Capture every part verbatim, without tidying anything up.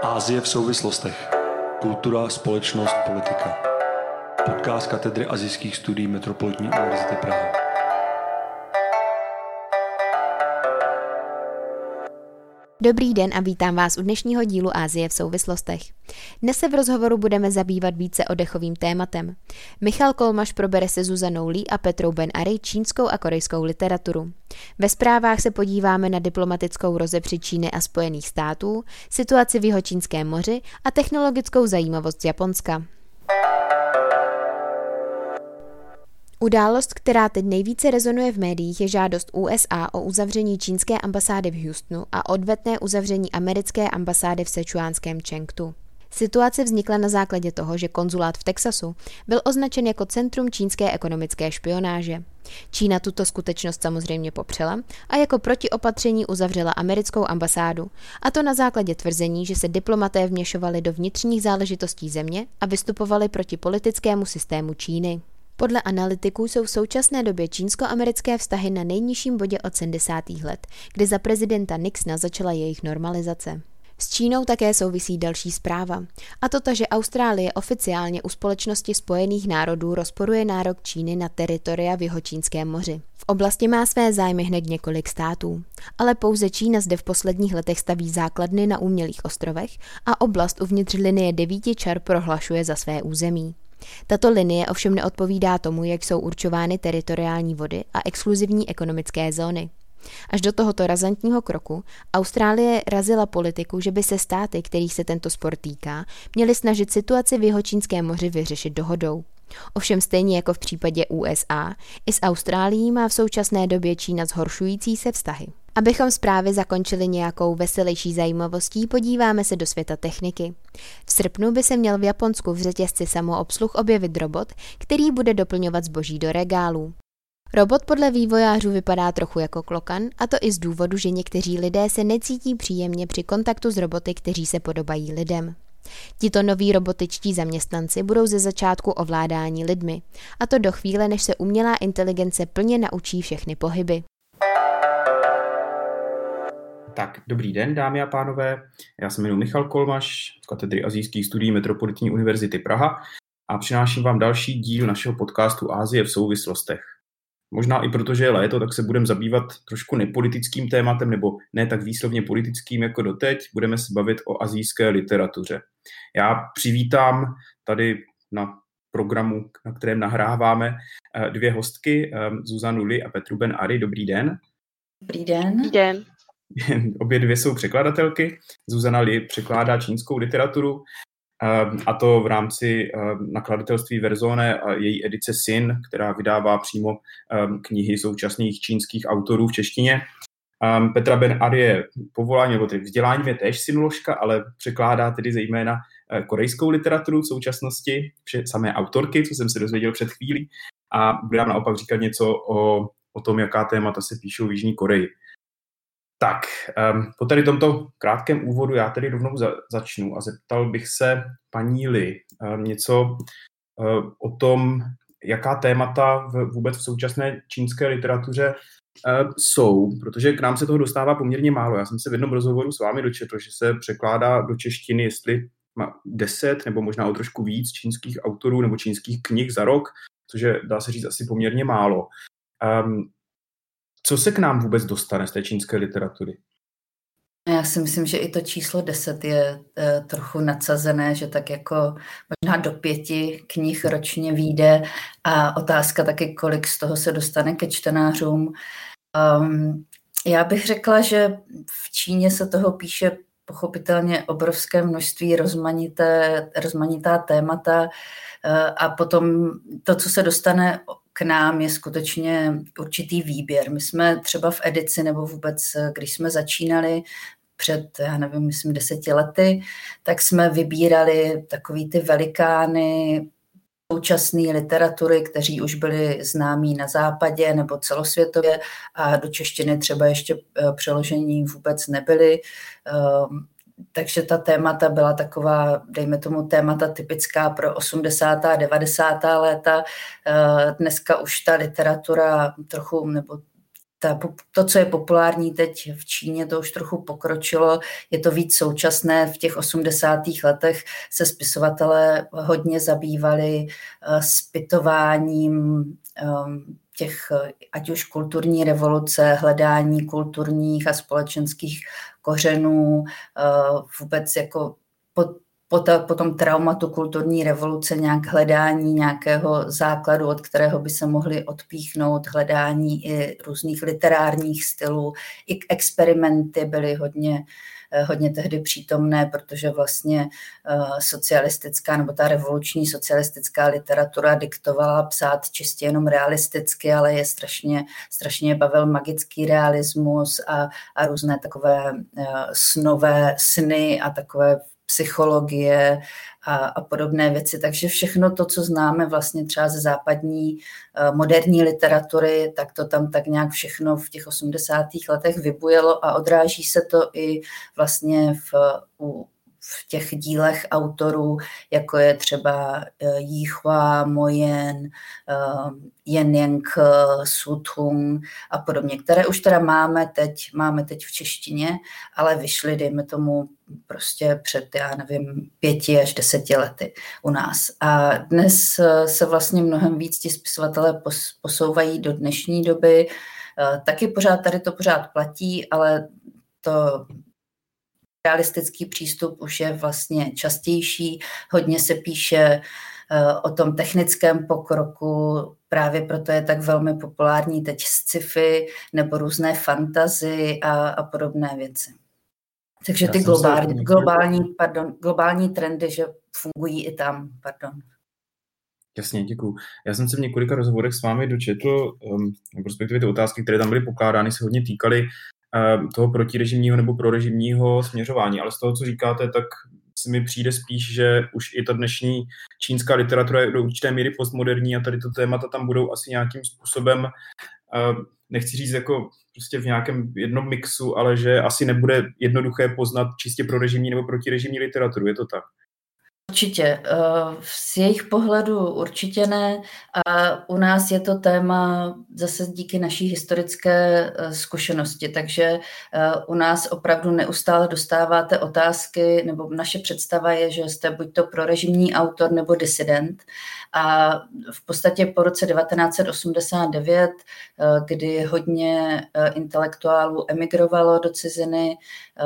Asie v souvislostech. Kultura, společnost, politika. Podcast katedry asijských studií Metropolitní univerzity Praha. Dobrý den a vítám vás u dnešního dílu Asie v souvislostech. Dnes se v rozhovoru budeme zabývat více oddechovým tématem. Michal Kolmaš probere se Zuzanou Li a Petrou Ben-Ari čínskou a korejskou literaturu. Ve zprávách se podíváme na diplomatickou rozepři Číny a Spojených států, situaci v Jihočínském moři a technologickou zajímavost z Japonska. Událost, která teď nejvíce rezonuje v médiích, je žádost U S A o uzavření čínské ambasády v Houstonu a odvetné uzavření americké ambasády v sičuánském Chengdu. Situace vznikla na základě toho, že konzulát v Texasu byl označen jako centrum čínské ekonomické špionáže. Čína tuto skutečnost samozřejmě popřela a jako protiopatření uzavřela americkou ambasádu, a to na základě tvrzení, že se diplomaté vměšovali do vnitřních záležitostí země a vystupovali proti politickému systému Číny. Podle analytiků jsou v současné době čínsko-americké vztahy na nejnižším bodě od sedmdesátých let, kdy za prezidenta Nixona začala jejich normalizace. S Čínou také souvisí další zpráva, a to ta, že Austrálie oficiálně u Společnosti spojených národů rozporuje nárok Číny na teritoria v Jihočínském moři. V oblasti má své zájmy hned několik států, ale pouze Čína zde v posledních letech staví základny na umělých ostrovech a oblast uvnitř linie devíti čar prohlašuje za své území. Tato linie ovšem neodpovídá tomu, jak jsou určovány teritoriální vody a exkluzivní ekonomické zóny. Až do tohoto razantního kroku Austrálie razila politiku, že by se státy, kterých se tento spor týká, měly snažit situaci v Jihočínském moři vyřešit dohodou. Ovšem stejně jako v případě U S A, i s Austrálií má v současné době Čína zhoršující se vztahy. Abychom zprávy zakončili nějakou veselější zajímavostí, podíváme se do světa techniky. V srpnu by se měl v Japonsku v řetězci samoobsluh objevit robot, který bude doplňovat zboží do regálů. Robot podle vývojářů vypadá trochu jako klokan, a to i z důvodu, že někteří lidé se necítí příjemně při kontaktu s roboty, kteří se podobají lidem. Tito noví robotičtí zaměstnanci budou ze začátku ovládání lidmi, a to do chvíle, než se umělá inteligence plně naučí všechny pohyby. Tak, dobrý den, dámy a pánové. Já se jmenuji Michal Kolmaš z katedry asijských studií Metropolitní univerzity Praha a přináším vám další díl našeho podcastu Asie v souvislostech. Možná i protože je léto, tak se budeme zabývat trošku nepolitickým tématem, nebo ne tak výslovně politickým jako doteď. Budeme se bavit o asijské literatuře. Já přivítám tady na programu, na kterém nahráváme, dvě hostky, Zuzanu Li a Petru Ben-Ari. Dobrý den. Dobrý den. Dobrý den. Obě dvě jsou překladatelky. Zuzana Li překládá čínskou literaturu, a to v rámci nakladatelství Verzone a její edice Sin, která vydává přímo knihy současných čínských autorů v češtině. Petra Ben-Ari je povolání, nebo tedy vzděláním je též sinoložka, ale překládá tedy zejména korejskou literaturu v současnosti, vše samé autorky, co jsem se dozvěděl před chvílí, a bude nám naopak říkat něco o, o tom, jaká témata se píšou v Jižní Koreji. Tak, um, po tady tomto krátkém úvodu já tedy rovnou za, začnu a zeptal bych se paní Li um, něco uh, o tom, jaká témata v, vůbec v současné čínské literatuře uh, jsou, protože k nám se toho dostává poměrně málo. Já jsem se v jednom rozhovoru s vámi dočetl, že se překládá do češtiny, jestli má deset nebo možná o trošku víc čínských autorů nebo čínských knih za rok, což je, dá se říct, asi poměrně málo. Um, Co se k nám vůbec dostane z té čínské literatury? Já si myslím, že i to číslo deset je e, trochu nadsazené, že tak jako možná do pěti knih ročně vyjde a otázka taky, kolik z toho se dostane ke čtenářům. Um, já bych řekla, že v Číně se toho píše pochopitelně obrovské množství rozmanité, rozmanitá témata e, a potom to, co se dostane k nám, je skutečně určitý výběr. My jsme třeba v edici, nebo vůbec, když jsme začínali před, já nevím, myslím deseti lety, tak jsme vybírali takový ty velikány současné literatury, kteří už byli známí na západě nebo celosvětově a do češtiny třeba ještě přeložení vůbec nebyly. Takže ta témata byla taková, dejme tomu, témata typická pro osmdesátá, devadesátá léta. Dneska už ta literatura trochu, nebo ta, to, co je populární teď v Číně, to už trochu pokročilo, je to víc současné. V těch osmdesátých letech se spisovatelé hodně zabývali uh, zpytováním um, těch, ať už kulturní revoluce, hledání kulturních a společenských kořenů, uh, vůbec jako po, po, ta, po tom traumatu kulturní revoluce nějak hledání nějakého základu, od kterého by se mohli odpíchnout, hledání i různých literárních stylů, i experimenty byly hodně hodně tehdy přítomné, protože vlastně socialistická nebo ta revoluční socialistická literatura diktovala psát čistě jenom realisticky, ale je strašně, strašně bavil magický realismus a, a různé takové snové sny a takové psychologie a, a podobné věci. Takže všechno to, co známe vlastně třeba ze západní uh, moderní literatury, tak to tam tak nějak všechno v těch osmdesátých letech vybujelo a odráží se to i vlastně v, u, v těch dílech autorů, jako je třeba uh, Yihua, Mo Yan, uh, Yen Yang, Su Tung a podobně, které už teda máme teď, máme teď v češtině, ale vyšly, dejme tomu, prostě před, já nevím, pěti až deseti lety u nás. A dnes se vlastně mnohem víc ti spisovatelé posouvají do dnešní doby. Taky pořád tady to pořád platí, ale to realistický přístup už je vlastně častější. Hodně se píše o tom technickém pokroku, právě proto je tak velmi populární teď sci-fi nebo různé fantasy a, a podobné věci. Takže ty globální, globální, pardon, globální trendy, že fungují i tam. Pardon. Jasně, děkuju. Já jsem se v několika rozhovorech s vámi dočetl, um, respektive ty otázky, které tam byly pokládány, se hodně týkaly um, toho protirežimního nebo prorežimního směřování, ale z toho, co říkáte, tak se mi přijde spíš, že už i ta dnešní čínská literatura je do určité míry postmoderní a tady to témata tam budou asi nějakým způsobem, uh, nechci říct jako prostě v nějakém jednom mixu, ale že asi nebude jednoduché poznat čistě prorežimní nebo protirežimní literaturu, je to tak? Určitě. Z jejich pohledu určitě ne. A u nás je to téma zase díky naší historické zkušenosti. Takže u nás opravdu neustále dostáváte otázky, nebo naše představa je, že jste buď to prorežimní autor nebo disident. A v podstatě po roce devatenáct set osmdesát devět, kdy hodně intelektuálů emigrovalo do ciziny,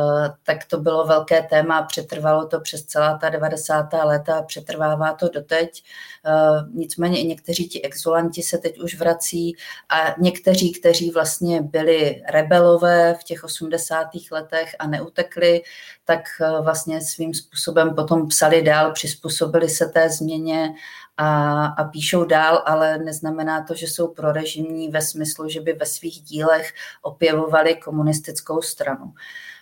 tak to bylo velké téma, přetrvalo to přes celá ta devadesátá léta a přetrvává to doteď. Nicméně i někteří ti exulanti se teď už vrací a někteří, kteří vlastně byli rebelové v těch osmdesátých letech a neutekli, tak vlastně svým způsobem potom psali dál, přizpůsobili se té změně a, a píšou dál, ale neznamená to, že jsou prorežimní ve smyslu, že by ve svých dílech opěvovali komunistickou stranu.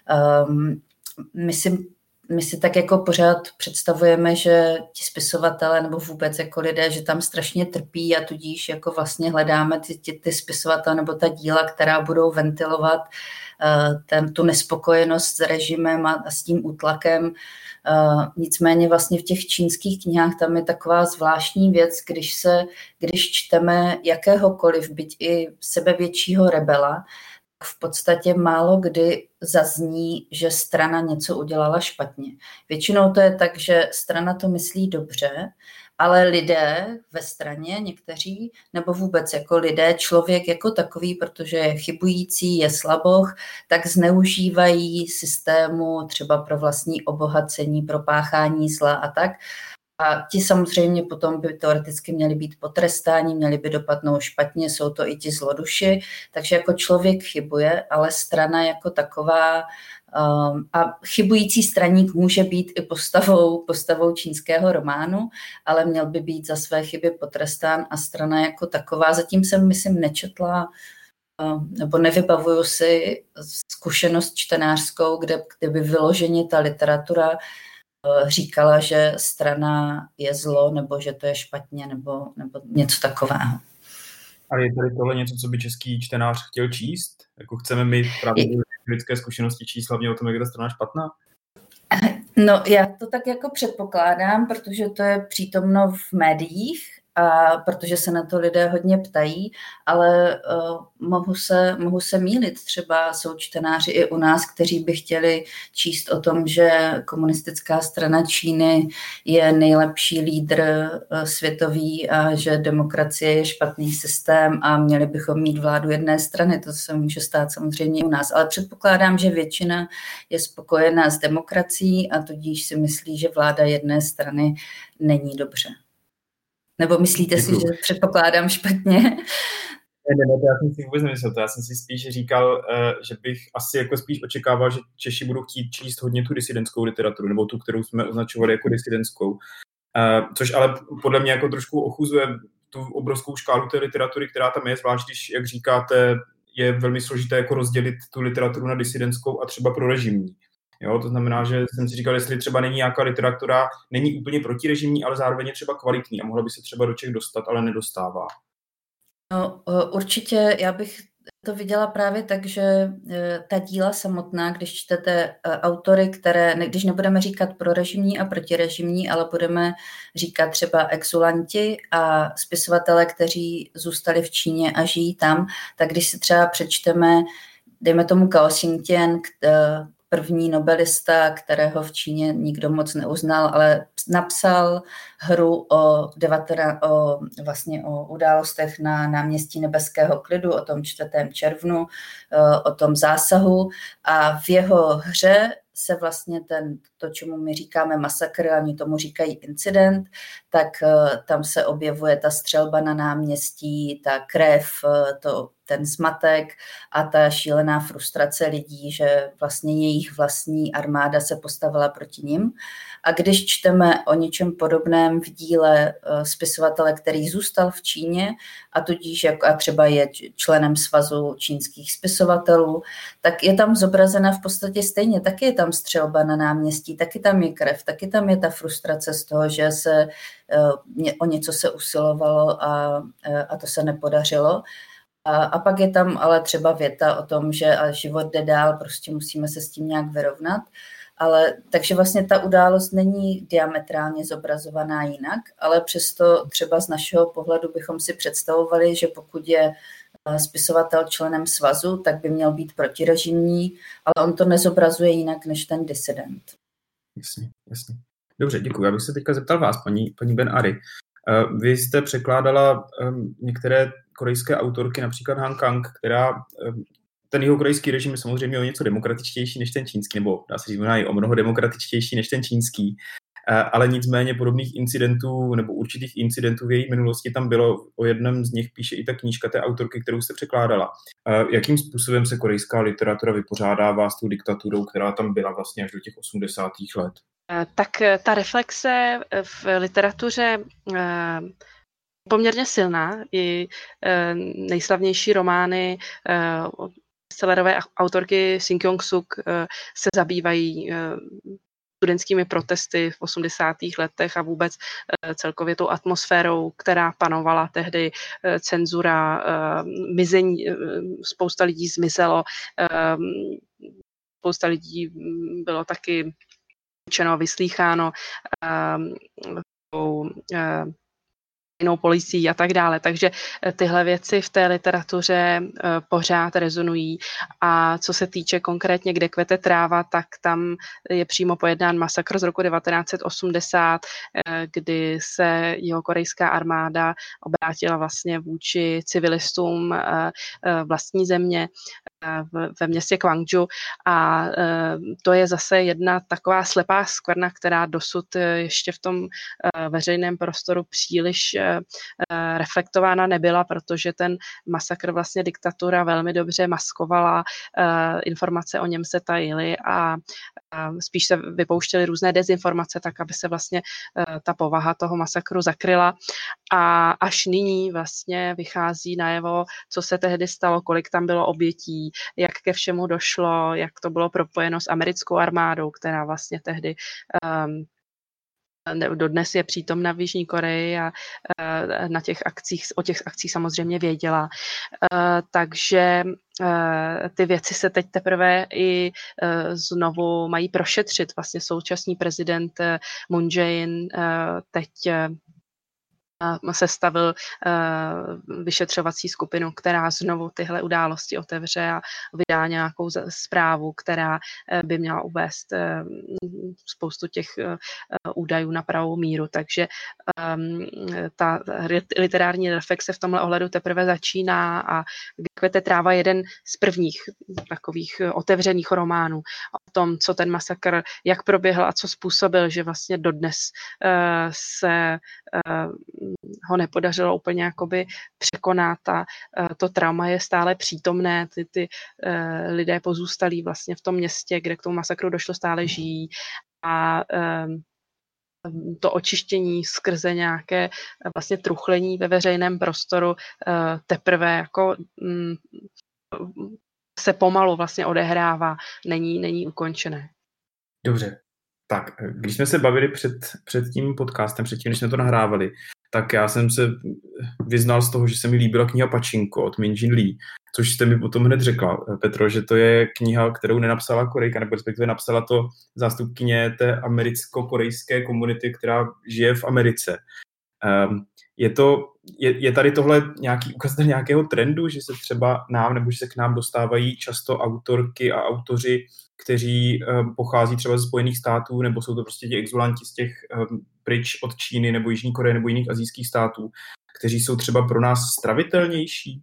Um, my si My si tak jako pořád představujeme, že ti spisovatelé nebo vůbec jako lidé, že tam strašně trpí a tudíž jako vlastně hledáme ty, ty, ty spisovatele nebo ta díla, která budou ventilovat uh, ten, tu nespokojenost s režimem a, a s tím útlakem. Uh, nicméně vlastně v těch čínských knihách tam je taková zvláštní věc, když se, když čteme jakéhokoliv, byť i sebevětšího rebela, v podstatě málo kdy zazní, že strana něco udělala špatně. Většinou to je tak, že strana to myslí dobře, ale lidé ve straně, někteří, nebo vůbec jako lidé, člověk jako takový, protože je chybující, je slaboch, tak zneužívají systému třeba pro vlastní obohacení, pro páchání zla a tak. A ti samozřejmě potom by teoreticky měli být potrestáni, měli by dopadnout špatně, jsou to i ti zloduši, takže jako člověk chybuje, ale strana jako taková um, a chybující straník může být i postavou, postavou čínského románu, ale měl by být za své chyby potrestán a strana jako taková, zatím jsem, myslím, nečetla um, nebo nevybavuju si zkušenost čtenářskou, kde, kde by vyloženě ta literatura říkala, že strana je zlo, nebo že to je špatně, nebo, nebo něco takového. A je tady tohle něco, co by český čtenář chtěl číst? Jako chceme mít právě lidské zkušenosti číst hlavně o tom, jak je ta strana špatná? No, já to tak jako předpokládám, protože to je přítomno v médiích a protože se na to lidé hodně ptají, ale uh, mohu se, mohu se mýlit. Třeba jsou čtenáři i u nás, kteří by chtěli číst o tom, že komunistická strana Číny je nejlepší lídr uh, světový a že demokracie je špatný systém a měli bychom mít vládu jedné strany. To se může stát samozřejmě u nás, ale předpokládám, že většina je spokojená s demokracií a tudíž si myslí, že vláda jedné strany není dobře. Nebo myslíte Děkuju. si, že předpokládám špatně? Ne, ne, ne, to já jsem si vůbec nemyslel. To já jsem si spíš říkal, že bych asi jako spíš očekával, že Češi budou chtít číst hodně tu disidentskou literaturu, nebo tu, kterou jsme označovali jako disidentskou. Což ale podle mě jako trošku ochuzuje tu obrovskou škálu té literatury, která tam je, zvlášť když, jak říkáte, je velmi složité jako rozdělit tu literaturu na disidentskou a třeba pro režimní. Jo, to znamená, že jsem si říkal, jestli třeba není nějaká literatura, není úplně protirežimní, ale zároveň je třeba kvalitní a mohla by se třeba do Čech dostat, ale nedostává. No, určitě já bych to viděla právě tak, že ta díla samotná, když čtete autory, které, když nebudeme říkat prorežimní a protirežimní, ale budeme říkat třeba exulanti a spisovatele, kteří zůstali v Číně a žijí tam, tak když si třeba přečteme, dejme tomu Gao Xingtian, první nobelista, kterého v Číně nikdo moc neuznal, ale napsal hru o, devatená, o, vlastně o událostech na náměstí Nebeského klidu, o tom čtvrtém červnu, o tom zásahu a v jeho hře se vlastně ten, to, čemu my říkáme masakr, oni tomu říkají incident, tak tam se objevuje ta střelba na náměstí, ta krev, to, ten zmatek a ta šílená frustrace lidí, že vlastně jejich vlastní armáda se postavila proti nim. A když čteme o něčem podobném v díle spisovatele, který zůstal v Číně a tudíž jako a třeba je členem svazu čínských spisovatelů, tak je tam zobrazena v podstatě stejně. Taky je tam střelba na náměstí, taky tam je krev, taky tam je ta frustrace z toho, že se o něco se usilovalo a, a to se nepodařilo. A, a pak je tam ale třeba věta o tom, že a život jde dál, prostě musíme se s tím nějak vyrovnat. Ale takže vlastně ta událost není diametrálně zobrazovaná jinak, ale přesto třeba z našeho pohledu bychom si představovali, že pokud je spisovatel členem svazu, tak by měl být protirežimní, ale on to nezobrazuje jinak než ten disident. Jasně, jasně. Dobře, děkuji. Já bych se teďka zeptal vás, paní, paní Ben Ari. Vy jste překládala um, některé korejské autorky, například Han Kang, která... Um, ten jihokorejský režim je samozřejmě o něco demokratičtější než ten čínský, nebo dá se říct, je o mnoho demokratičtější než ten čínský, ale nicméně podobných incidentů nebo určitých incidentů v její minulosti tam bylo. O jednom z nich píše i ta knížka té autorky, kterou jste překládala. Jakým způsobem se korejská literatura vypořádává s tou diktaturou, která tam byla vlastně až do těch osmdesátých let? Tak ta reflexe v literatuře poměrně silná. I nejslavnější romány bestsellerové autorky Shin Kyung-suk se zabývají studentskými protesty v osmdesátých letech a vůbec celkově tou atmosférou, která panovala tehdy, cenzura, mizení, spousta lidí zmizelo, spousta lidí bylo taky učeno, vyslýcháno jinou policií a tak dále. Takže tyhle věci v té literatuře pořád rezonují. A co se týče konkrétně Kde kvete tráva, tak tam je přímo pojednán masakr z roku devatenáct set osmdesát, kdy se jihokorejská armáda obrátila vlastně vůči civilistům vlastní země ve městě Gwangju a to je zase jedna taková slepá skvrna, která dosud ještě v tom veřejném prostoru příliš reflektována nebyla, protože ten masakr vlastně diktatura velmi dobře maskovala, informace o něm se tajily a spíš se vypouštěly různé dezinformace, tak aby se vlastně ta povaha toho masakru zakryla. A až nyní vlastně vychází najevo, co se tehdy stalo, kolik tam bylo obětí, jak ke všemu došlo, jak to bylo propojeno s americkou armádou, která vlastně tehdy um, dodnes je přítomna v Jižní Koreji a uh, na těch akcích, o těch akcích samozřejmě věděla. Uh, takže uh, ty věci se teď teprve i uh, znovu mají prošetřit. Vlastně současný prezident uh, Moon Jae-in uh, teď uh, sestavil vyšetřovací skupinu, která znovu tyhle události otevře a vydá nějakou zprávu, která by měla uvést spoustu těch údajů na pravou míru. Takže ta literární reflexe v tomhle ohledu teprve začíná a Kde kvete tráva je jeden z prvních takových otevřených románů o tom, co ten masakr, jak proběhl a co způsobil, že vlastně dodnes se ho nepodařilo úplně jakoby překonat a to trauma je stále přítomné, ty, ty lidé pozůstalí vlastně v tom městě, kde k tomu masakru došlo, stále žijí a to očištění skrze nějaké vlastně truchlení ve veřejném prostoru teprve jako se pomalu vlastně odehrává, není, není ukončené. Dobře. Tak, když jsme se bavili před, před tím podcastem, předtím, než jsme to nahrávali, tak já jsem se vyznal z toho, že se mi líbila kniha Pachinko od Min-Jin Lee, což jste mi potom hned řekla, Petro, že to je kniha, kterou nenapsala Korejka, nebo respektive napsala to zástupkyně té americko-korejské komunity, která žije v Americe. Um, je, to, je, je tady tohle nějaký ukazatel nějakého trendu, že se třeba nám, nebo že se k nám dostávají často autorky a autoři, kteří um, pochází třeba ze Spojených států, nebo jsou to prostě ti exulanti z těch um, pryč od Číny nebo Jižní Koreje nebo jiných asijských států, kteří jsou třeba pro nás stravitelnější?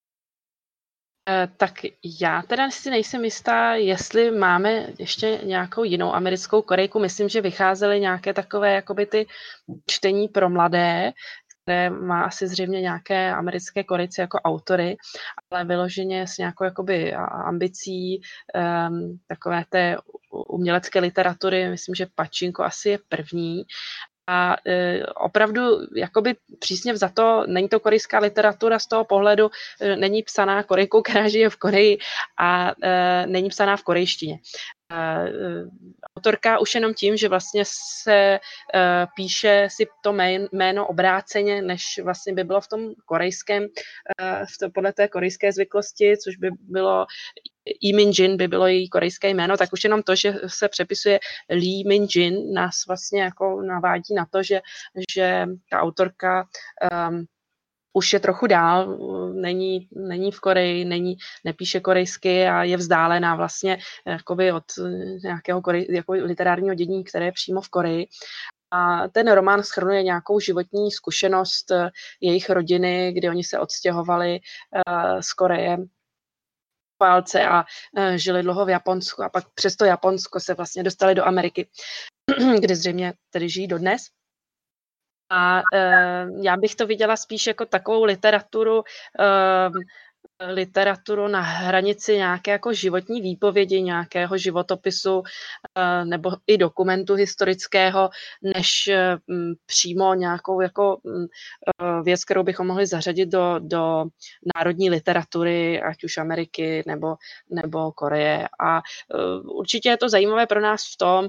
Tak já teda si nejsem jistá, jestli máme ještě nějakou jinou americkou Korejku. Myslím, že vycházely nějaké takové jakoby ty čtení pro mladé, které má asi zřejmě nějaké americké Korejce jako autory, ale vyloženě s nějakou jakoby ambicí um, takové té umělecké literatury. Myslím, že Pachinko asi je první. A e, opravdu jakoby přísně vzato není to korejská literatura z toho pohledu, e, není psaná Korejkou, která žije v Koreji a e, není psaná v korejštině. E, autorka už jenom tím, že vlastně se e, píše si to jméno obráceně, než vlastně by bylo v tom korejském, e, v to, podle té korejské zvyklosti, což by bylo Lee Min-jin by bylo její korejské jméno, tak už jenom to, že se přepisuje Lee Min-jin, nás vlastně jako navádí na to, že, že ta autorka um, už je trochu dál, není, není v Koreji, není, nepíše korejsky a je vzdálená vlastně jakoby od nějakého korej, jako literárního dění, které je přímo v Koreji. A ten román shrnuje nějakou životní zkušenost jejich rodiny, kdy oni se odstěhovali uh, z Koreje válce a uh, žili dlouho v Japonsku a pak přes to Japonsko se vlastně dostali do Ameriky, kde zřejmě tedy žijí dodnes. A uh, já bych to viděla spíš jako takovou literaturu, uh, literaturu na hranici nějaké jako životní výpovědi, nějakého životopisu uh, nebo i dokumentu historického, než um, přímo nějakou jako um, věc, kterou bychom mohli zařadit do, do národní literatury, ať už Ameriky nebo, nebo Koreje. A uh, určitě je to zajímavé pro nás v tom, uh,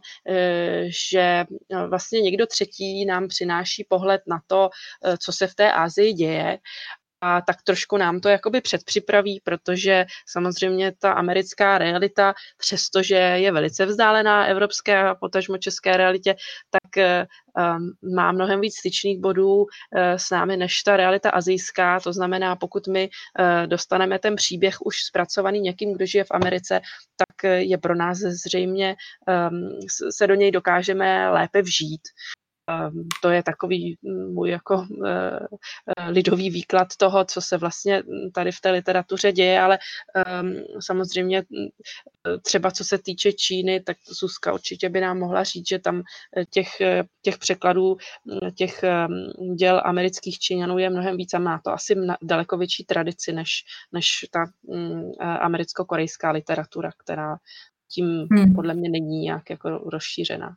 že vlastně někdo třetí nám přináší pohled na to, uh, co se v té Asii děje. A tak trošku nám to jakoby předpřipraví, protože samozřejmě ta americká realita, přestože je velice vzdálená evropské a potažmo české realitě, tak um, má mnohem víc styčných bodů uh, s námi než ta realita asijská. To znamená, pokud my uh, dostaneme ten příběh už zpracovaný někým, kdo žije v Americe, tak je pro nás zřejmě, um, se do něj dokážeme lépe vžít. Um, to je takový můj jako uh, uh, lidový výklad toho, co se vlastně tady v té literatuře děje, ale um, samozřejmě třeba co se týče Číny, tak Zuzka určitě by nám mohla říct, že tam těch, těch překladů, těch um, děl amerických Číňanů je mnohem víc a má to asi daleko větší tradici než, než ta um, americko-korejská literatura, která tím hmm. podle mě není nějak jako rozšířená.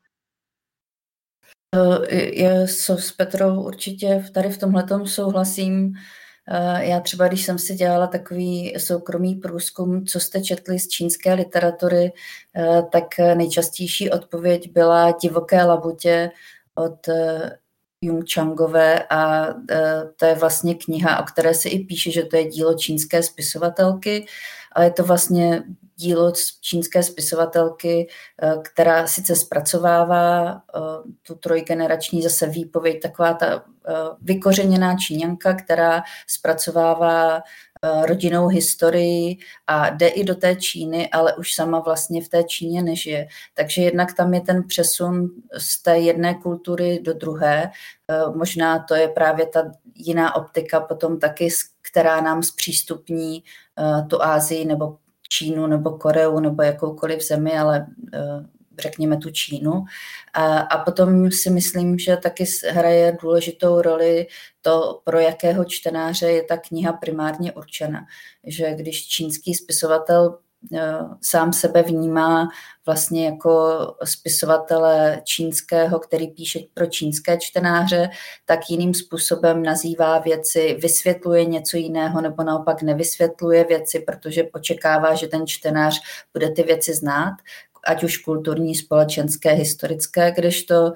Já s Petrou určitě tady v tomhletom souhlasím. Já třeba, když jsem si dělala takový soukromý průzkum, co jste četli z čínské literatury, tak nejčastější odpověď byla Divoké labutě od Jung Changové a to je vlastně kniha, o které se i píše, že to je dílo čínské spisovatelky, ale je to vlastně dílo čínské spisovatelky, která sice zpracovává tu trojgenerační zase výpověď, taková ta vykořeněná Číňanka, která zpracovává rodinnou historii a jde i do té Číny, ale už sama vlastně v té Číně nežije. Takže jednak tam je ten přesun z té jedné kultury do druhé. Možná to je právě ta jiná optika potom taky, která nám zpřístupní tu Asii nebo Čínu nebo Koreu nebo jakoukoliv zemi, ale řekněme tu Čínu. A, a potom si myslím, že taky hraje důležitou roli to, pro jakého čtenáře je ta kniha primárně určena. Že když čínský spisovatel sám sebe vnímá vlastně jako spisovatele čínského, který píše pro čínské čtenáře, tak jiným způsobem nazývá věci, vysvětluje něco jiného nebo naopak nevysvětluje věci, protože očekává, že ten čtenář bude ty věci znát, ať už kulturní, společenské, historické, kdežto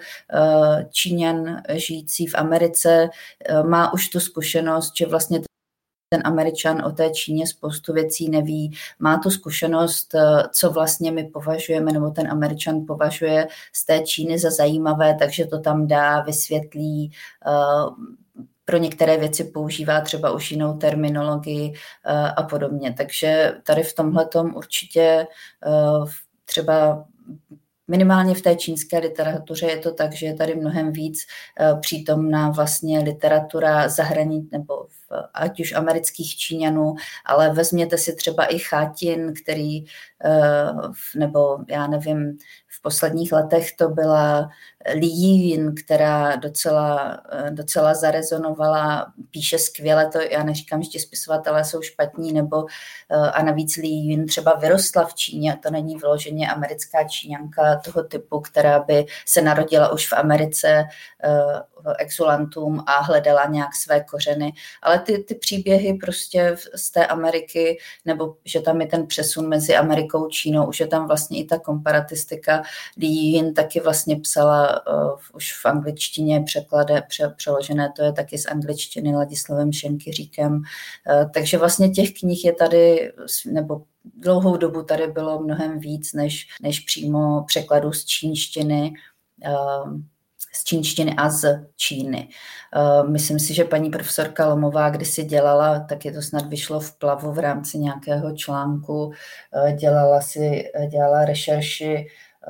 Číňan žijící v Americe má už tu zkušenost, že vlastně ten Američan o té Číně spoustu věcí neví, má tu zkušenost, co vlastně my považujeme, nebo ten Američan považuje z té Číny za zajímavé, takže to tam dá, vysvětlí, pro některé věci používá třeba už jinou terminologii a podobně. Takže tady v tomhletom určitě třeba minimálně v té čínské literatuře je to tak, že je tady mnohem víc přítomná vlastně literatura zahraniční nebo v, ať už amerických Číňanů, ale vezměte si třeba i Chátin, který, nebo já nevím, v posledních letech to byla Li Yijun, která docela, docela zarezonovala, píše skvěle, to já neříkám, že ti spisovatelé jsou špatní, nebo a navíc Li Yijun třeba vyrostla v Číně, to není vyloženě americká Číňanka toho typu, která by se narodila už v Americe exulantům a hledala nějak své kořeny, ale ty, ty příběhy prostě z té Ameriky, nebo že tam je ten přesun mezi Amerikou a Čínou, už je tam vlastně i ta komparatistika. Li Yijun taky vlastně psala uh, už v angličtině překlade, pře, přeložené, to je taky z angličtiny Ladislavem Šenkyříkem. Uh, takže vlastně těch knih je tady, nebo dlouhou dobu tady bylo mnohem víc, než, než přímo překladů z čínštiny, uh, z čínštiny a z Číny. Myslím si, že paní profesorka Lomová kdysi dělala, tak je to snad vyšlo v Plavu v rámci nějakého článku, dělala si, dělala rešerši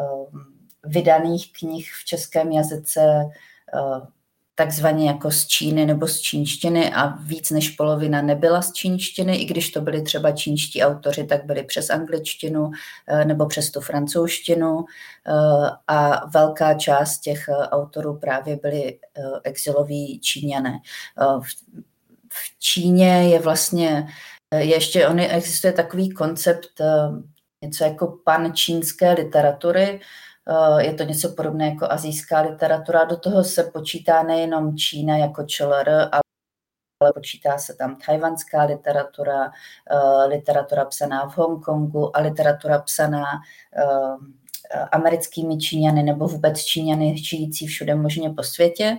vydaných knih v českém jazyce takzvaně jako z Číny nebo z čínštiny a víc než polovina nebyla z čínštiny, i když to byli třeba čínští autoři, tak byli přes angličtinu nebo přes tu francouzštinu a velká část těch autorů právě byli exiloví Číňané. V Číně je vlastně, ještě on existuje takový koncept něco jako pančínské literatury. Je to něco podobné jako asijská literatura. Do toho se počítá nejenom Čína jako ČLR, ale počítá se tam tajvanská literatura, literatura psaná v Hongkongu a literatura psaná americkými Číňany nebo vůbec Číňany žijící všude možně po světě.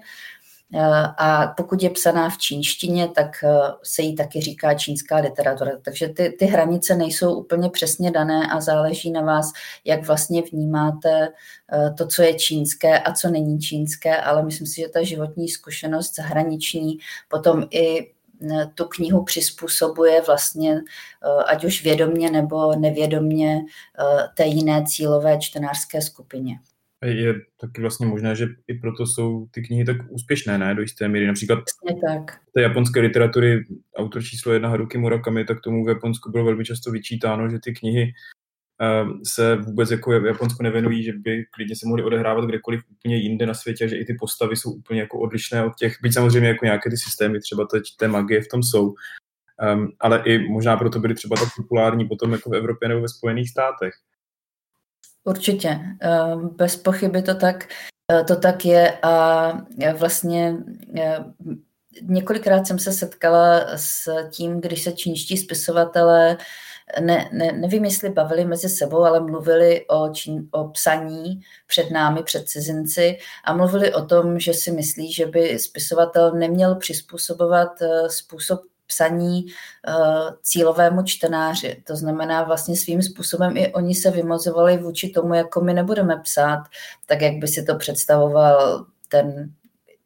A pokud je psaná v čínštině, tak se jí taky říká čínská literatura. Takže ty, ty hranice nejsou úplně přesně dané a záleží na vás, jak vlastně vnímáte to, co je čínské a co není čínské, ale myslím si, že ta životní zkušenost zahraniční potom i tu knihu přizpůsobuje vlastně, ať už vědomně nebo nevědomně, té jiné cílové čtenářské skupině. Je taky vlastně možné, že i proto jsou ty knihy tak úspěšné, ne? Do jisté míry. Například tak. té japonské literatury, autor číslo jedna Haruki Murakami, tak tomu v Japonsku bylo velmi často vyčítáno, že ty knihy uh, se vůbec jako v Japonsku nevěnují, že by klidně se mohly odehrávat kdekoliv úplně jinde na světě, že i ty postavy jsou úplně jako odlišné od těch, byť samozřejmě jako nějaké ty systémy, třeba té, té magie v tom jsou, um, ale i možná proto byly třeba tak populární potom jako v Evropě nebo ve Spojených státech. Určitě, bez pochyby to tak, to tak je a vlastně několikrát jsem se setkala s tím, když se čínští spisovatelé, ne, ne, nevím, jestli bavili mezi sebou, ale mluvili o, čín, o psaní před námi, před cizinci a mluvili o tom, že si myslí, že by spisovatel neměl přizpůsobovat způsob psaní uh, cílovému čtenáři. To znamená vlastně svým způsobem i oni se vymozovali vůči tomu, jako my nebudeme psát, tak jak by si to představoval ten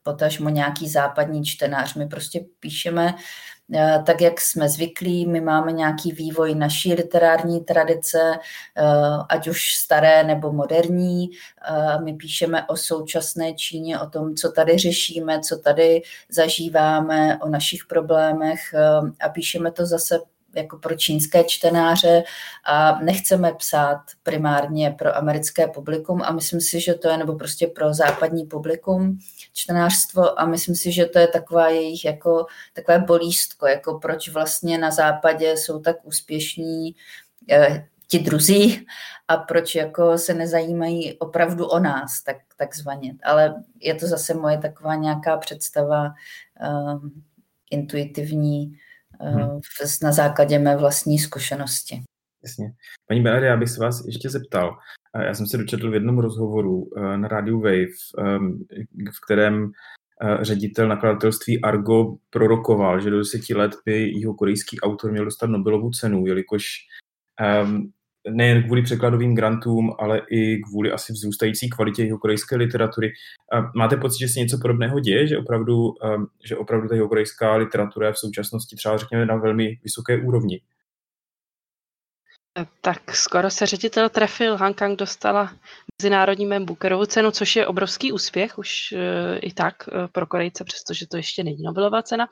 potažmo nějaký západní čtenář. My prostě píšeme tak, jak jsme zvyklí, my máme nějaký vývoj naší literární tradice, ať už staré nebo moderní. My píšeme o současné Číně, o tom, co tady řešíme, co tady zažíváme, o našich problémech a píšeme to zase jako pro čínské čtenáře a nechceme psát primárně pro americké publikum a myslím si, že to je, nebo prostě pro západní publikum čtenářstvo a myslím si, že to je taková jejich jako takové bolístko, jako proč vlastně na západě jsou tak úspěšní eh, ti druzí a proč jako se nezajímají opravdu o nás, tak, takzvaně. Ale je to zase moje taková nějaká představa um, intuitivní, Hmm. na základě mé vlastní zkušenosti. Jasně. Paní Benery, já bych se vás ještě zeptal. Já jsem se dočetl v jednom rozhovoru na rádiu Wave, v kterém ředitel nakladatelství Argo prorokoval, že do deseti let by jihokorejský autor měl dostat Nobelovu cenu, jelikož nejen kvůli překladovým grantům, ale i kvůli asi vzrůstající kvalitě jihokorejské literatury. Máte pocit, že se něco podobného děje, že opravdu, že opravdu ta jihokorejská literatura je v současnosti třeba řekněme na velmi vysoké úrovni? Tak skoro se ředitel trefil. Han Kang dostala mezinárodní Man Bookerovu cenu, což je obrovský úspěch už i tak pro Korejce, přestože to ještě není Nobelova cena.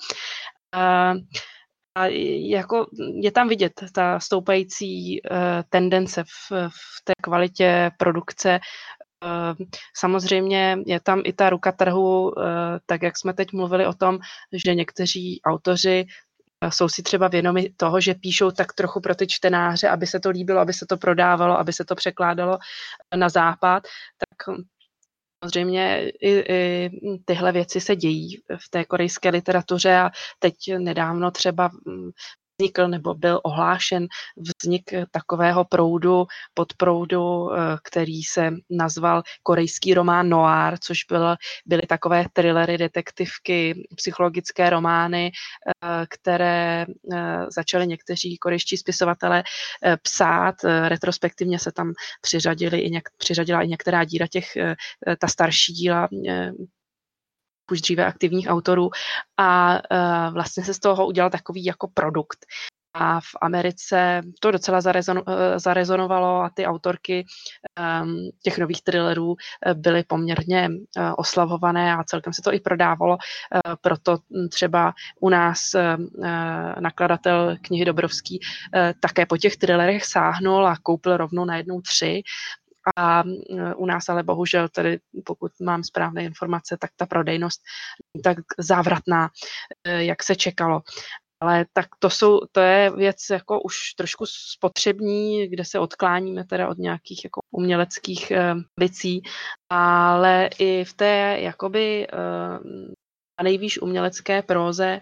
A jako je tam vidět ta stoupající uh, tendence v, v té kvalitě produkce. Uh, samozřejmě je tam i ta ruka trhu, uh, tak jak jsme teď mluvili o tom, že někteří autoři uh, jsou si třeba vědomi toho, že píšou tak trochu pro ty čtenáře, aby se to líbilo, aby se to prodávalo, aby se to překládalo na západ, tak samozřejmě i, i tyhle věci se dějí v té korejské literatuře a teď nedávno třeba vznikl nebo byl ohlášen vznik takového proudu, podproudu, který se nazval korejský román noir, což byl, byly takové thrillery, detektivky, psychologické romány, které začali někteří korejští spisovatelé psát. Retrospektivně se tam přiřadili i něk, přiřadila i některá díla těch, ta starší díla už dříve aktivních autorů a uh, vlastně se z toho udělal takový jako produkt. A v Americe to docela zarezono, uh, zarezonovalo a ty autorky um, těch nových thrillerů byly poměrně uh, oslavované a celkem se to i prodávalo. Uh, proto třeba u nás uh, nakladatel knihy Dobrovský uh, také po těch thrillerech sáhnul a koupil rovnou najednou tři. A u nás ale bohužel, tedy pokud mám správné informace, tak ta prodejnost není tak závratná, jak se čekalo. Ale tak to, jsou, to je věc jako už trošku spotřební, kde se odkláníme teda od nějakých jako uměleckých věcí, ale i v té jakoby nejvýš umělecké próze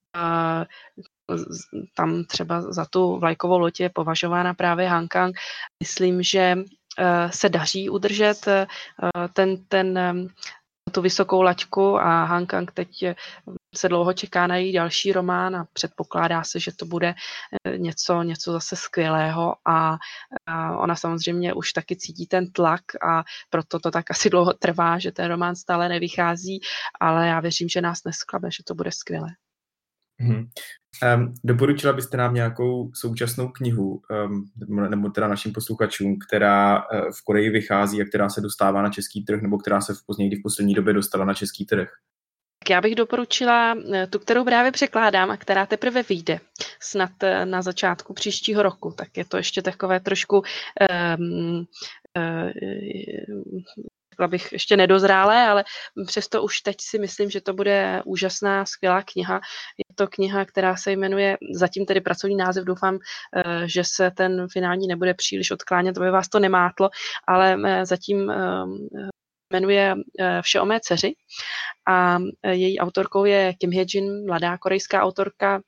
tam třeba za tu vlajkovou loď je považována právě Han Kang. Myslím, že se daří udržet ten, ten, tu vysokou laťku a Han Kang teď se dlouho čeká na její další román a předpokládá se, že to bude něco, něco zase skvělého a, a ona samozřejmě už taky cítí ten tlak a proto to tak asi dlouho trvá, že ten román stále nevychází, ale já věřím, že nás nesklame, že to bude skvělé. Hmm. Um, doporučila byste nám nějakou současnou knihu, um, nebo teda našim posluchačům, která uh, v Koreji vychází a která se dostává na český trh, nebo která se v později v poslední době dostala na český trh? Já bych doporučila tu, kterou právě překládám a která teprve vyjde snad na začátku příštího roku. Tak je to ještě takové trošku um, uh, řekla bych ještě nedozrálé, ale přesto už teď si myslím, že to bude úžasná, skvělá kniha. Je to kniha, která se jmenuje, zatím tedy pracovní název, doufám, že se ten finální nebude příliš odklánět, aby vás to nemátlo, ale zatím jmenuje Vše o mé dceři a její autorkou je Kim Hye-jin, mladá korejská autorka,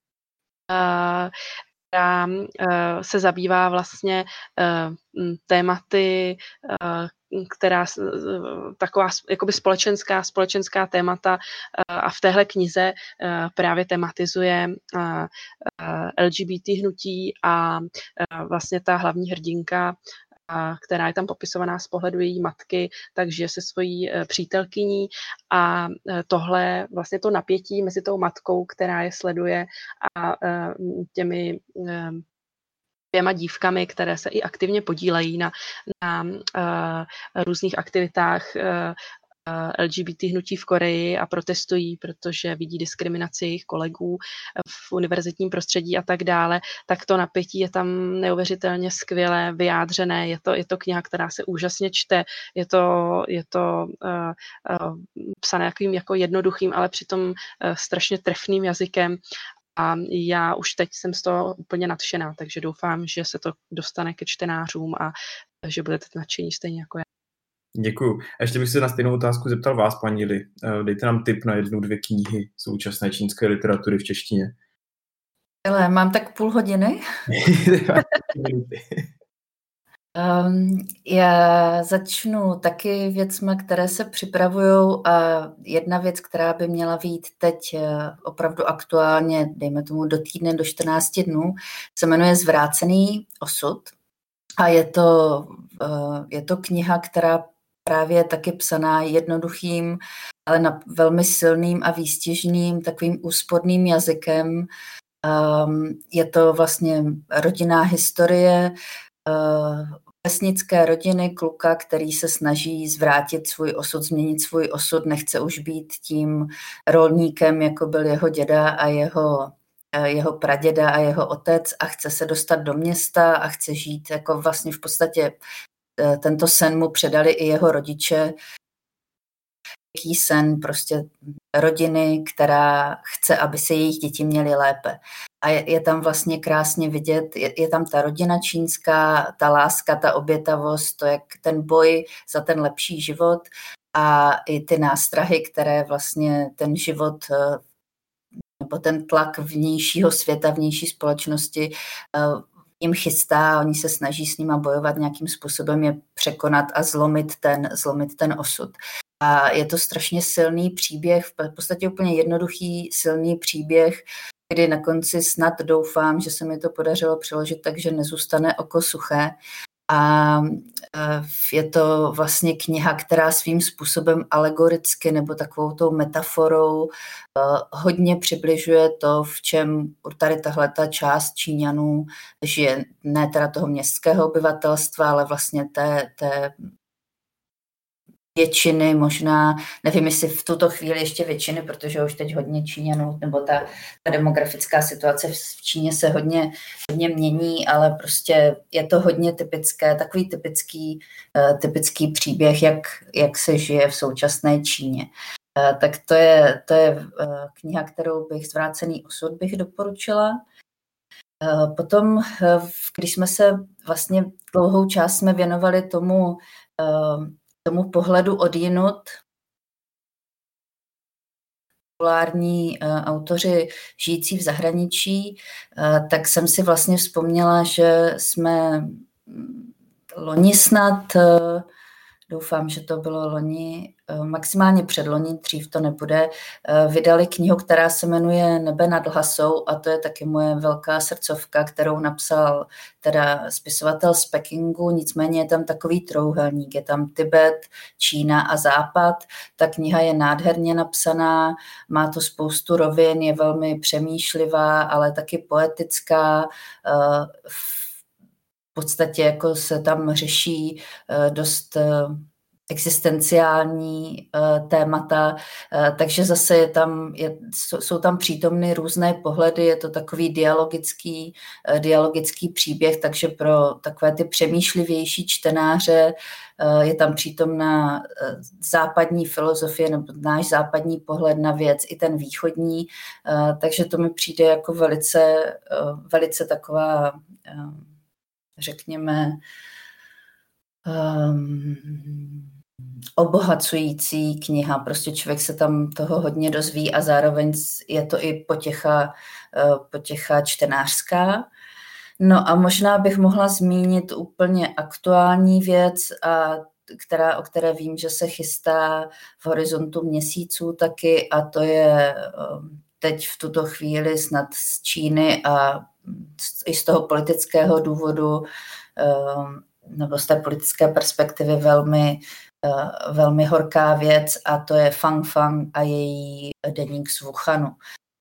která se zabývá vlastně tématy, která taková jakoby společenská, společenská témata a v téhle knize právě tematizuje L G B T hnutí a vlastně ta hlavní hrdinka a která je tam popisovaná z pohledu její matky, takže se svojí přítelkyní a tohle vlastně to napětí mezi tou matkou, která je sleduje a těmi dvěma dívkami, které se i aktivně podílejí na, na různých aktivitách L G B T hnutí v Koreji a protestují, protože vidí diskriminaci jejich kolegů v univerzitním prostředí a tak dále, tak to napětí je tam neuvěřitelně skvěle vyjádřené. Je to, je to kniha, která se úžasně čte, je to, je to uh, uh, psané jakým jako jednoduchým, ale přitom uh, strašně trefným jazykem. A já už teď jsem z toho úplně nadšená, takže doufám, že se to dostane ke čtenářům a že budete nadšení stejně jako já. Děkuju. A ještě bych se na stejnou otázku zeptal vás, paní Li. Dejte nám tip na jednu, dvě knihy současné čínské literatury v češtině. Ale mám tak půl hodiny. um, já začnu taky věcmi, které se připravují a jedna věc, která by měla být teď opravdu aktuálně, dejme tomu do týdne, do čtrnácti dnů, se jmenuje Zvrácený osud. A je to, uh, je to kniha, která právě taky psaná jednoduchým, ale na velmi silným a výstižným, takovým úspodným jazykem. Um, je to vlastně rodinná historie uh, vesnické rodiny kluka, který se snaží zvrátit svůj osud, změnit svůj osud, nechce už být tím rolníkem, jako byl jeho děda a jeho, jeho praděda a jeho otec a chce se dostat do města a chce žít jako vlastně v podstatě tento sen mu předali i jeho rodiče. Jaký sen prostě rodiny, která chce, aby se jejich děti měly lépe. A je, je tam vlastně krásně vidět, je, je tam ta rodina čínská, ta láska, ta obětavost, to jak ten boj za ten lepší život a i ty nástrahy, které vlastně ten život nebo ten tlak vnějšího světa, vnější společnosti jim chystá, oni se snaží s nima bojovat nějakým způsobem, je překonat a zlomit ten, zlomit ten osud. A je to strašně silný příběh, v podstatě úplně jednoduchý, silný příběh, kdy na konci snad doufám, že se mi to podařilo přeložit tak, že nezůstane oko suché. A je to vlastně kniha, která svým způsobem alegoricky nebo takovou tou metaforou hodně přibližuje to, v čem tady tahleta část Číňanů žije, ne teda toho městského obyvatelstva, ale vlastně té, té většiny, možná, nevím, jestli v tuto chvíli ještě většiny, protože už teď hodně Číňanů, nebo ta, ta demografická situace v Číně se hodně, hodně mění, ale prostě je to hodně typické, takový typický, uh, typický příběh, jak, jak se žije v současné Číně. Uh, tak to je, to je uh, kniha, kterou bych, Zvrácený osud bych doporučila. Uh, potom, uh, když jsme se vlastně dlouhou část jsme věnovali tomu, uh, tomu pohledu odjinud, populární uh, autoři žijící v zahraničí, uh, tak jsem si vlastně vzpomněla, že jsme loni snad, uh, doufám, že to bylo loni, uh, maximálně předloni, dřív to nebude, uh, vydali knihu, která se jmenuje Nebe nad Lhasou a to je taky moje velká srdcovka, kterou napsal teda spisovatel z Pekingu, nicméně je tam takový trouhelník, je tam Tibet, Čína a Západ. Ta kniha je nádherně napsaná, má to spoustu rovin, je velmi přemýšlivá, ale taky poetická. Uh, v podstatě jako se tam řeší uh, dost uh, existenciální uh, témata, uh, takže zase je tam, je, jsou tam přítomny různé pohledy, je to takový dialogický, uh, dialogický příběh, takže pro takové ty přemýšlivější čtenáře uh, je tam přítomná uh, západní filozofie nebo náš západní pohled na věc, i ten východní, uh, takže to mi přijde jako velice, uh, velice taková, uh, řekněme, um, obohacující kniha. Prostě člověk se tam toho hodně dozví a zároveň je to i potěcha, potěcha čtenářská. No a možná bych mohla zmínit úplně aktuální věc, a která, o které vím, že se chystá v horizontu měsíců taky, a to je teď v tuto chvíli snad z Číny a i z toho politického důvodu nebo z té politické perspektivy velmi, velmi horká věc, a to je Fang Fang a její deník z Wuhanu.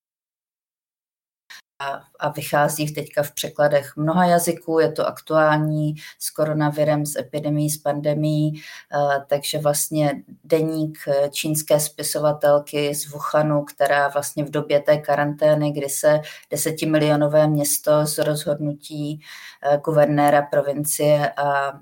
A vychází teďka v překladech mnoha jazyků, je to aktuální s koronavirem, s epidemií, s pandemií, takže vlastně deník čínské spisovatelky z Wuhanu, která vlastně v době té karantény, kdy se desetimilionové město z rozhodnutí guvernéra provincie a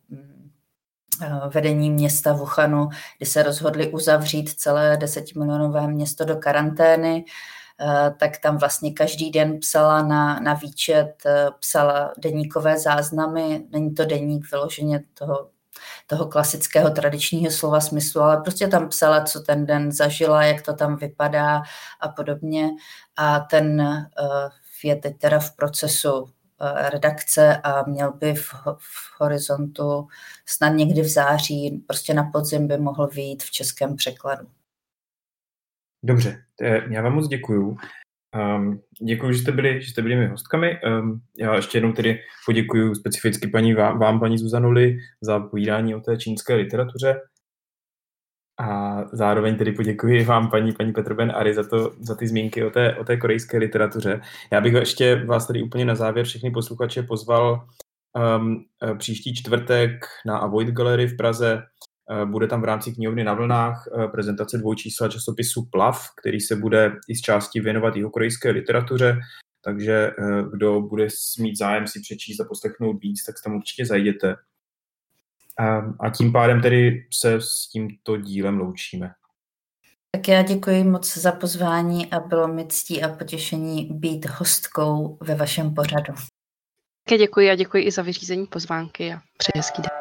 vedení města Wuhanu, kdy se rozhodli uzavřít celé desetimilionové město do karantény, tak tam vlastně každý den psala na, na výčet, psala deníkové záznamy, není to deník vyloženě toho, toho klasického tradičního slova smyslu, ale prostě tam psala, co ten den zažila, jak to tam vypadá a podobně. A ten je teď teda v procesu redakce a měl by v, v horizontu snad někdy v září, prostě na podzim by mohl vyjít v českém překladu. Dobře, já vám moc děkuju. Um, děkuju, že jste byli, že jste byli mými hostkami. Um, já ještě jednou tedy poděkuju specificky paní vám, vám paní Zuzanuli, za povídání o té čínské literatuře. A zároveň tedy poděkuji vám, paní, paní Petrben Ari, za, to, za ty zmínky o té, o té korejské literatuře. Já bych ještě vás tady úplně na závěr všechny posluchače pozval um, příští čtvrtek na Avoid Gallery v Praze. Bude tam v rámci knihovny Na vlnách prezentace dvojčísla časopisu Plav, který se bude i z části věnovat jihokorejské literatuře, takže kdo bude mít zájem si přečíst a poslechnout víc, tak tam určitě zajděte. A tím pádem tedy se s tímto dílem loučíme. Tak já děkuji moc za pozvání a bylo mi ctí a potěšení být hostkou ve vašem pořadu. Také děkuji a děkuji i za vyřízení pozvánky a přeji hezký den.